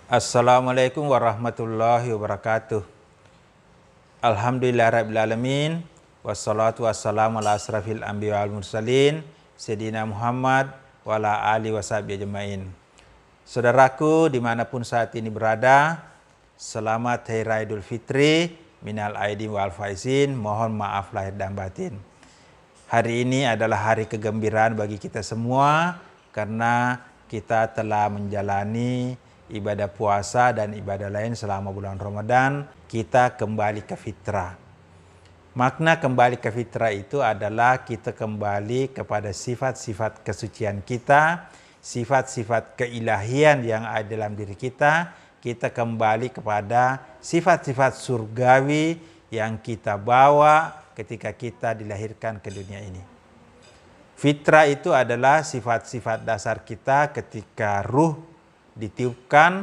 Assalamualaikum warahmatullahi wabarakatuh. Alhamdulillahirrabbilalamin. Wassalatu wassalamu ala asrafil anbiya wal mursalin Sayyidina Muhammad wa ala alihi washabihi ajmain. Saudaraku dimanapun saat ini berada, selamat Hari Raya Idul Fitri, minal aidin wal faizin, mohon maaf lahir dan batin. Hari ini adalah hari kegembiraan bagi kita semua karena kita telah menjalani ibadah puasa dan ibadah lain selama bulan Ramadan. Kita kembali ke fitrah. Makna kembali ke fitrah itu adalah kita kembali kepada sifat-sifat kesucian kita, sifat-sifat keilahian yang ada dalam diri kita. Kita kembali kepada sifat-sifat surgawi yang kita bawa ketika kita dilahirkan ke dunia ini. Fitrah itu adalah sifat-sifat dasar kita ketika ruh ditiupkan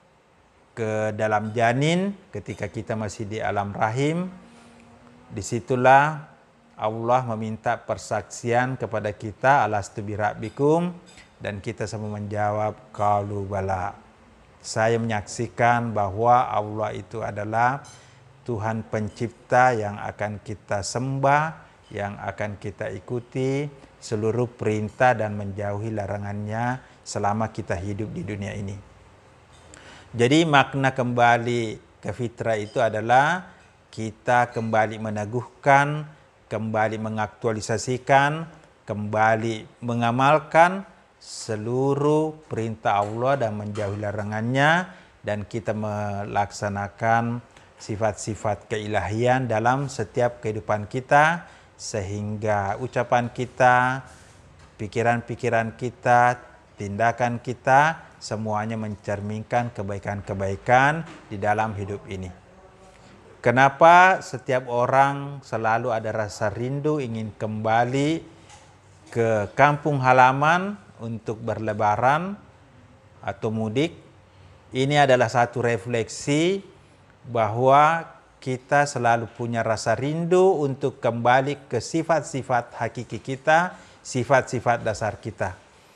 ke dalam janin ketika kita masih di alam rahim. Disitulah Allah meminta persaksian kepada kita, alastu birabbikum, dan kita semua menjawab qalu bala. Saya menyaksikan bahwa Allah itu adalah Tuhan pencipta yang akan kita sembah, yang akan kita ikuti seluruh perintah dan menjauhi larangannya selama kita hidup di dunia ini. Jadi makna kembali ke fitrah itu adalah kita kembali meneguhkan, kembali mengaktualisasikan, kembali mengamalkan seluruh perintah Allah dan menjauhi larangannya, dan kita melaksanakan sifat-sifat keilahian dalam setiap kehidupan kita, sehingga ucapan kita, pikiran-pikiran kita, tindakan kita semuanya mencerminkan kebaikan-kebaikan di dalam hidup ini. Kenapa setiap orang selalu ada rasa rindu ingin kembali ke kampung halaman untuk berlebaran atau mudik? Ini adalah satu refleksi bahwa kita selalu punya rasa rindu untuk kembali ke sifat-sifat hakiki kita, sifat-sifat dasar kita.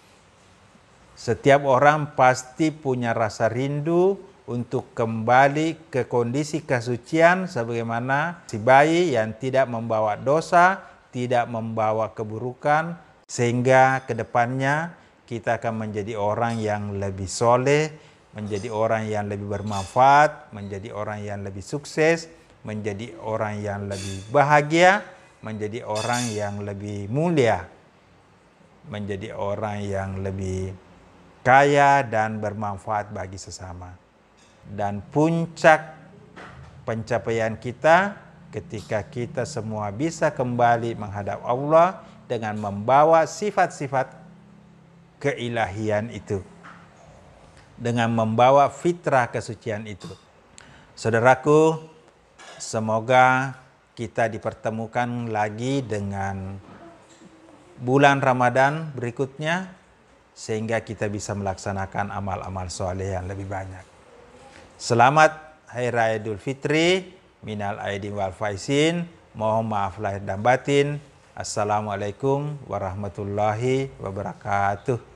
Setiap orang pasti punya rasa rindu untuk kembali ke kondisi kesucian sebagaimana si bayi yang tidak membawa dosa, tidak membawa keburukan, sehingga kedepannya kita akan menjadi orang yang lebih soleh, menjadi orang yang lebih bermanfaat, menjadi orang yang lebih sukses, menjadi orang yang lebih bahagia, menjadi orang yang lebih mulia, menjadi orang yang lebih kaya dan bermanfaat bagi sesama. Dan puncak pencapaian kita ketika kita semua bisa kembali menghadap Allah dengan membawa sifat-sifat keilahian itu, dengan membawa fitrah kesucian itu. Saudaraku, semoga kita dipertemukan lagi dengan bulan Ramadan berikutnya, sehingga kita bisa melaksanakan amal-amal soleh yang lebih banyak. Selamat Hari Raya Idul Fitri, minal aidin wal faizin, mohon maaf lahir dan batin. Assalamualaikum warahmatullahi wabarakatuh.